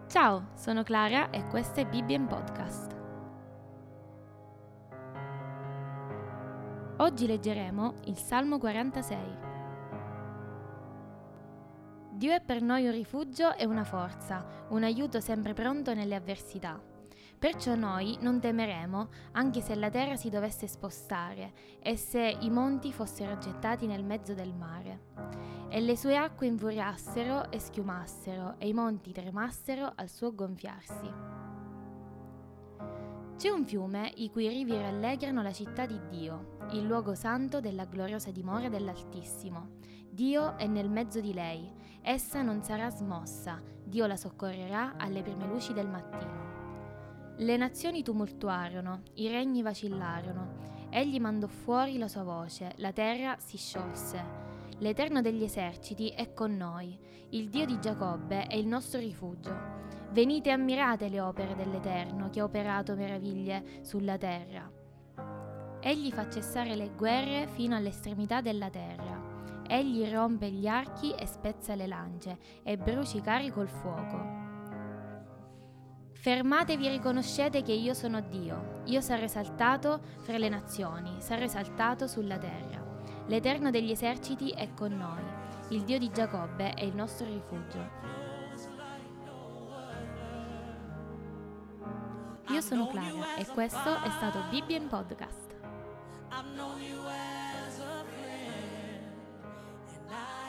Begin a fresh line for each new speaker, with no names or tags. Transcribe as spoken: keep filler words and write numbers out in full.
Ciao, sono Clara e questo è Bibbia in Podcast. Oggi leggeremo il Salmo quarantasei. Dio è per noi un rifugio e una forza, un aiuto sempre pronto nelle avversità. Perciò noi non temeremo, anche se la terra si dovesse spostare e se i monti fossero gettati nel mezzo del mare, e le sue acque infuriassero e schiumassero, e i monti tremassero al suo gonfiarsi. C'è un fiume i cui rivi rallegrano la città di Dio, il luogo santo della gloriosa dimora dell'Altissimo. Dio è nel mezzo di lei, essa non sarà smossa, Dio la soccorrerà alle prime luci del mattino. Le nazioni tumultuarono, i regni vacillarono, egli mandò fuori la sua voce, la terra si sciolse. L'Eterno degli eserciti è con noi, il Dio di Giacobbe è il nostro rifugio. Venite e ammirate le opere dell'Eterno che ha operato meraviglie sulla terra. Egli fa cessare le guerre fino all'estremità della terra. Egli rompe gli archi e spezza le lance e brucia i carri col fuoco. Fermatevi e riconoscete che io sono Dio. Io sarò esaltato fra le nazioni, sarò esaltato sulla terra. L'Eterno degli eserciti è con noi, il Dio di Giacobbe è il nostro rifugio. Io sono Clara e questo è stato Bibbia in Podcast.